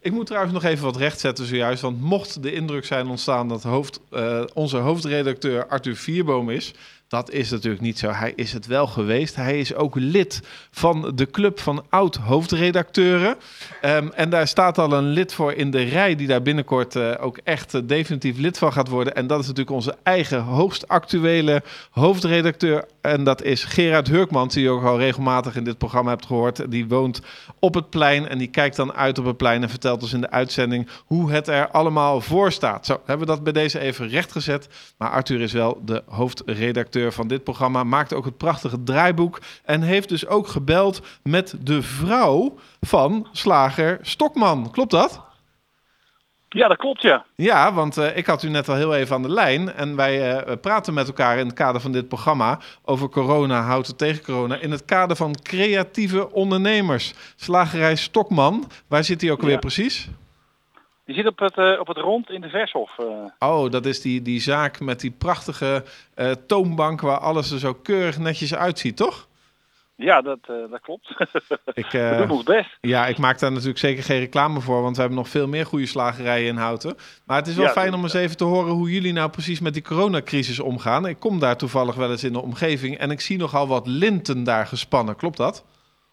Ik moet trouwens nog even wat rechtzetten zojuist. Want mocht de indruk zijn ontstaan dat onze hoofdredacteur Arthur Vierboom is... Dat is natuurlijk niet zo. Hij is het wel geweest. Hij is ook lid van de club van oud-hoofdredacteuren. En daar staat al een lid voor in de rij... die daar binnenkort ook echt definitief lid van gaat worden. En dat is natuurlijk onze eigen hoogst actuele hoofdredacteur. En dat is Gerard Hurkmans, die je ook al regelmatig in dit programma hebt gehoord. Die woont op het plein en die kijkt dan uit op het plein... en vertelt ons in de uitzending hoe het er allemaal voor staat. Zo, hebben we dat bij deze even rechtgezet. Maar Arthur is wel de hoofdredacteur van dit programma, maakt ook het prachtige draaiboek en heeft dus ook gebeld met de vrouw van slager Stokman. Klopt dat? Ja, dat klopt, ja. Ja, want ik had u net al heel even aan de lijn en wij praten met elkaar in het kader van dit programma over corona, houten tegen corona, in het kader van creatieve ondernemers. Slagerij Stokman, waar zit hij ook alweer precies? Die zit op het rond in de Vershof. Oh, dat is die zaak met die prachtige toonbank waar alles er zo keurig netjes uitziet, toch? Ja, dat klopt. We doen ons best. Ja, ik maak daar natuurlijk zeker geen reclame voor, want we hebben nog veel meer goede slagerijen in Houten. Maar het is wel fijn om eens even te horen hoe jullie nou precies met die coronacrisis omgaan. Ik kom daar toevallig wel eens in de omgeving en ik zie nogal wat linten daar gespannen. Klopt dat?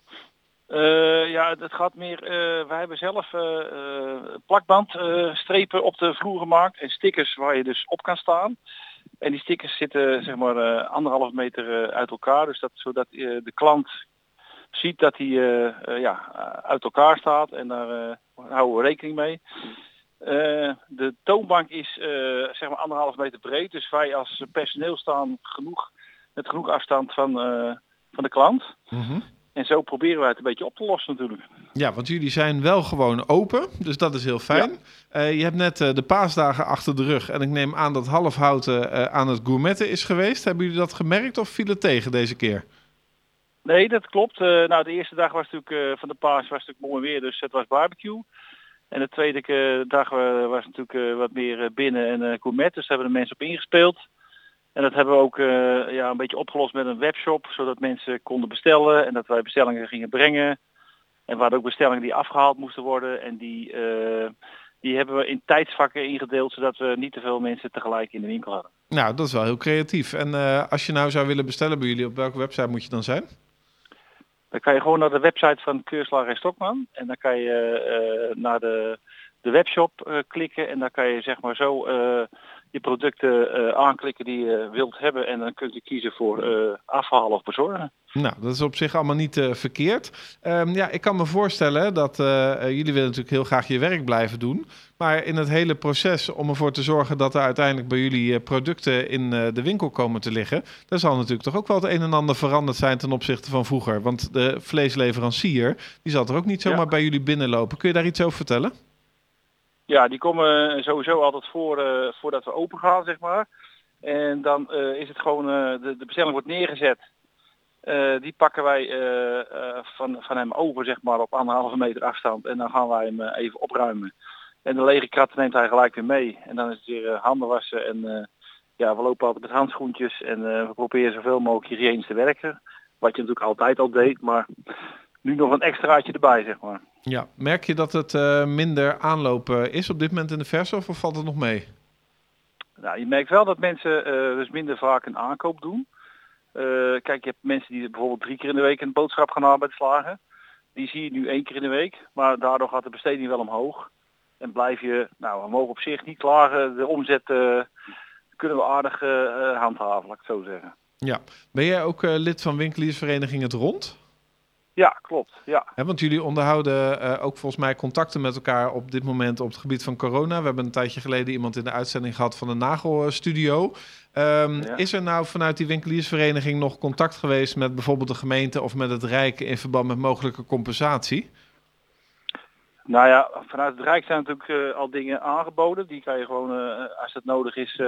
Ja, het gaat meer... wij hebben zelf plakbandstrepen op de vloer gemaakt en stickers waar je dus op kan staan. En die stickers zitten zeg maar 1,5 meter uit elkaar, dus zodat de klant ziet dat hij uit elkaar staat en daar houden we rekening mee. De toonbank is zeg maar 1,5 meter breed, dus wij als personeel staan met genoeg afstand van de klant. Mm-hmm. En zo proberen wij het een beetje op te lossen natuurlijk. Ja, want jullie zijn wel gewoon open, dus dat is heel fijn. Ja. Je hebt net de paasdagen achter de rug en ik neem aan dat Halfhouten aan het gourmetten is geweest. Hebben jullie dat gemerkt of viel het tegen deze keer? Nee, dat klopt. De eerste dag was natuurlijk van de paas was natuurlijk mooi weer, dus het was barbecue. En de tweede dag was natuurlijk wat meer binnen en gourmet, dus daar hebben de mensen op ingespeeld. En dat hebben we ook een beetje opgelost met een webshop, zodat mensen konden bestellen en dat wij bestellingen gingen brengen. En we hadden ook bestellingen die afgehaald moesten worden en die hebben we in tijdsvakken ingedeeld, zodat we niet te veel mensen tegelijk in de winkel hadden. Nou, dat is wel heel creatief. En als je nou zou willen bestellen bij jullie, op welke website moet je dan zijn? Dan kan je gewoon naar de website van Keurslagerij Stokman en dan kan je naar de webshop klikken en dan kan je zeg maar zo je producten aanklikken die je wilt hebben en dan kunt u kiezen voor afhalen of bezorgen. Nou, dat is op zich allemaal niet verkeerd. Ik kan me voorstellen dat jullie willen natuurlijk heel graag je werk blijven doen. Maar in het hele proces om ervoor te zorgen dat er uiteindelijk bij jullie producten in de winkel komen te liggen, daar zal natuurlijk toch ook wel het een en ander veranderd zijn ten opzichte van vroeger. Want de vleesleverancier, die zal er ook niet zomaar bij jullie binnenlopen. Kun je daar iets over vertellen? Ja, die komen sowieso altijd voordat we open gaan, zeg maar. En dan is het gewoon, de bestelling wordt neergezet. Die pakken wij van hem over, zeg maar, op 1,5 meter afstand. En dan gaan wij hem even opruimen. En de lege krat neemt hij gelijk weer mee. En dan is het weer handen wassen. En we lopen altijd met handschoentjes. En we proberen zoveel mogelijk hygiënisch te werken. Wat je natuurlijk altijd al deed, maar nu nog een extraatje erbij, zeg maar. Ja, merk je dat het minder aanlopen is op dit moment in de Vershof of valt het nog mee? Nou, je merkt wel dat mensen dus minder vaak een aankoop doen. Kijk, je hebt mensen die bijvoorbeeld 3 keer in de week een boodschap gaan halen bij de slager. Die zie je nu 1 keer in de week, maar daardoor gaat de besteding wel omhoog. En blijf je, we mogen op zich niet klagen, de omzet kunnen we aardig handhaven, laat ik het zo zeggen. Ja, ben jij ook lid van winkeliersvereniging Het Rond? Ja, klopt. Ja. Want jullie onderhouden ook volgens mij contacten met elkaar op dit moment op het gebied van corona. We hebben een tijdje geleden iemand in de uitzending gehad van de Nagelstudio. Is er nou vanuit die winkeliersvereniging nog contact geweest met bijvoorbeeld de gemeente of met het Rijk in verband met mogelijke compensatie? Nou ja, vanuit het Rijk zijn natuurlijk al dingen aangeboden. Die kan je gewoon, als het nodig is,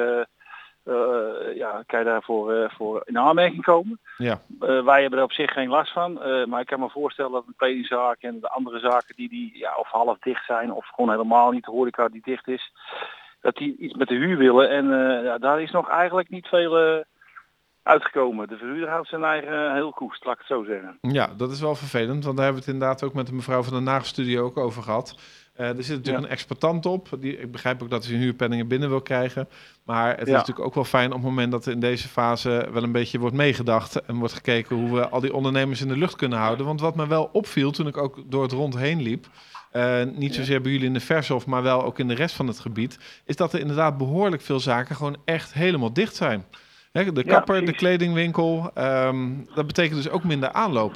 kan je daarvoor voor in aanmerking komen. Ja. Wij hebben er op zich geen last van. Maar ik kan me voorstellen dat een kledingzaak en de andere zaken die of half dicht zijn of gewoon helemaal niet, de horeca die dicht is, dat die iets met de huur willen. En daar is nog eigenlijk niet veel uitgekomen. De verhuurder houdt zijn eigen heel koest, laat ik het zo zeggen. Ja, dat is wel vervelend, want daar hebben we het inderdaad ook met de mevrouw van de Nagelstudio ook over gehad. Er zit natuurlijk een exploitant op. Ik begrijp ook dat hij zijn huurpenningen binnen wil krijgen. Maar het is natuurlijk ook wel fijn op het moment dat er in deze fase wel een beetje wordt meegedacht en wordt gekeken hoe we al die ondernemers in de lucht kunnen houden. Want wat me wel opviel toen ik ook door het rondheen liep, niet zozeer bij jullie in de Vershof, maar wel ook in de rest van het gebied, is dat er inderdaad behoorlijk veel zaken gewoon echt helemaal dicht zijn. Hè, de kapper, de kledingwinkel, dat betekent dus ook minder aanloop.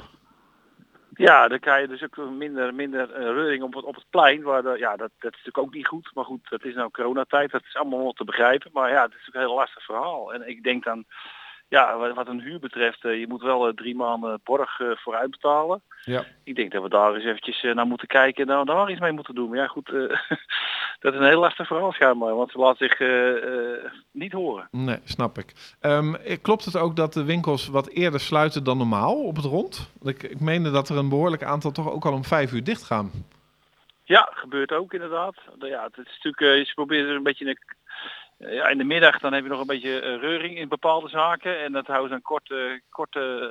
Ja, dan krijg je dus ook minder reuring op het plein. Waar dat is natuurlijk ook niet goed. Maar goed, dat is nou coronatijd. Dat is allemaal nog te begrijpen. Maar ja, het is natuurlijk een heel lastig verhaal. En ik denk dan, ja, wat een huur betreft, je moet wel 3 maanden borg vooruit betalen. Ja. Ik denk dat we daar eens eventjes naar moeten kijken en daar iets mee moeten doen. Maar ja, goed, dat is een heel lastig verhaal schijnbaar. Want ze laat zich niet horen. Nee, snap ik. Klopt het ook dat de winkels wat eerder sluiten dan normaal op het rond? Ik meende dat er een behoorlijk aantal toch ook al om 5 uur dicht gaan. Ja, gebeurt ook inderdaad. Ja, het is natuurlijk, je probeert er een beetje in de middag dan heb je nog een beetje reuring in bepaalde zaken. En dat houden ze dan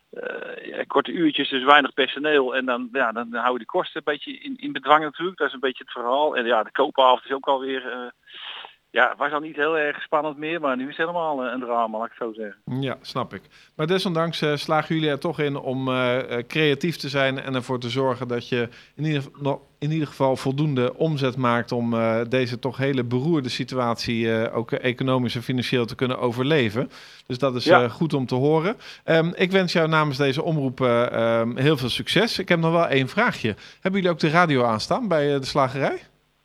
korte uurtjes, dus weinig personeel. En dan houden die kosten een beetje in bedwang natuurlijk. Dat is een beetje het verhaal. En ja, de koopavond is ook alweer... het was al niet heel erg spannend meer, maar nu is het helemaal een drama, laat ik het zo zeggen. Ja, snap ik. Maar desondanks slagen jullie er toch in om creatief te zijn en ervoor te zorgen dat je in ieder geval voldoende omzet maakt om deze toch hele beroerde situatie ook economisch en financieel te kunnen overleven. Dus dat is goed om te horen. Ik wens jou namens deze omroep heel veel succes. Ik heb nog wel 1 vraagje. Hebben jullie ook de radio aanstaan bij de slagerij?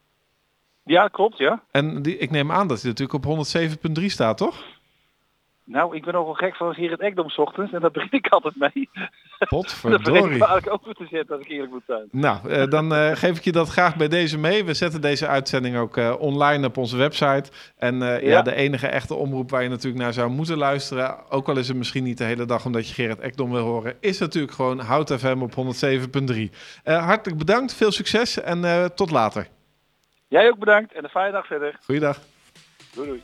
Ja, klopt, ja. En ik neem aan dat hij natuurlijk op 107.3 staat, toch? Nou, ik ben nogal gek van Gerrit Ekdom 's ochtends en daar begin ik altijd mee. Potverdorie. Dat vergeet ik eigenlijk over te zetten als ik eerlijk moet zijn. Nou, dan geef ik je dat graag bij deze mee. We zetten deze uitzending ook online op onze website. En de enige echte omroep waar je natuurlijk naar zou moeten luisteren, ook al is het misschien niet de hele dag omdat je Gerrit Ekdom wil horen, is natuurlijk gewoon Hout FM op 107.3. Hartelijk bedankt, veel succes en tot later. Jij ook bedankt en een fijne dag verder. Goeiedag. Doei doei.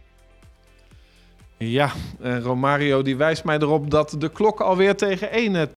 Ja, Romario die wijst mij erop dat de klok alweer tegen 1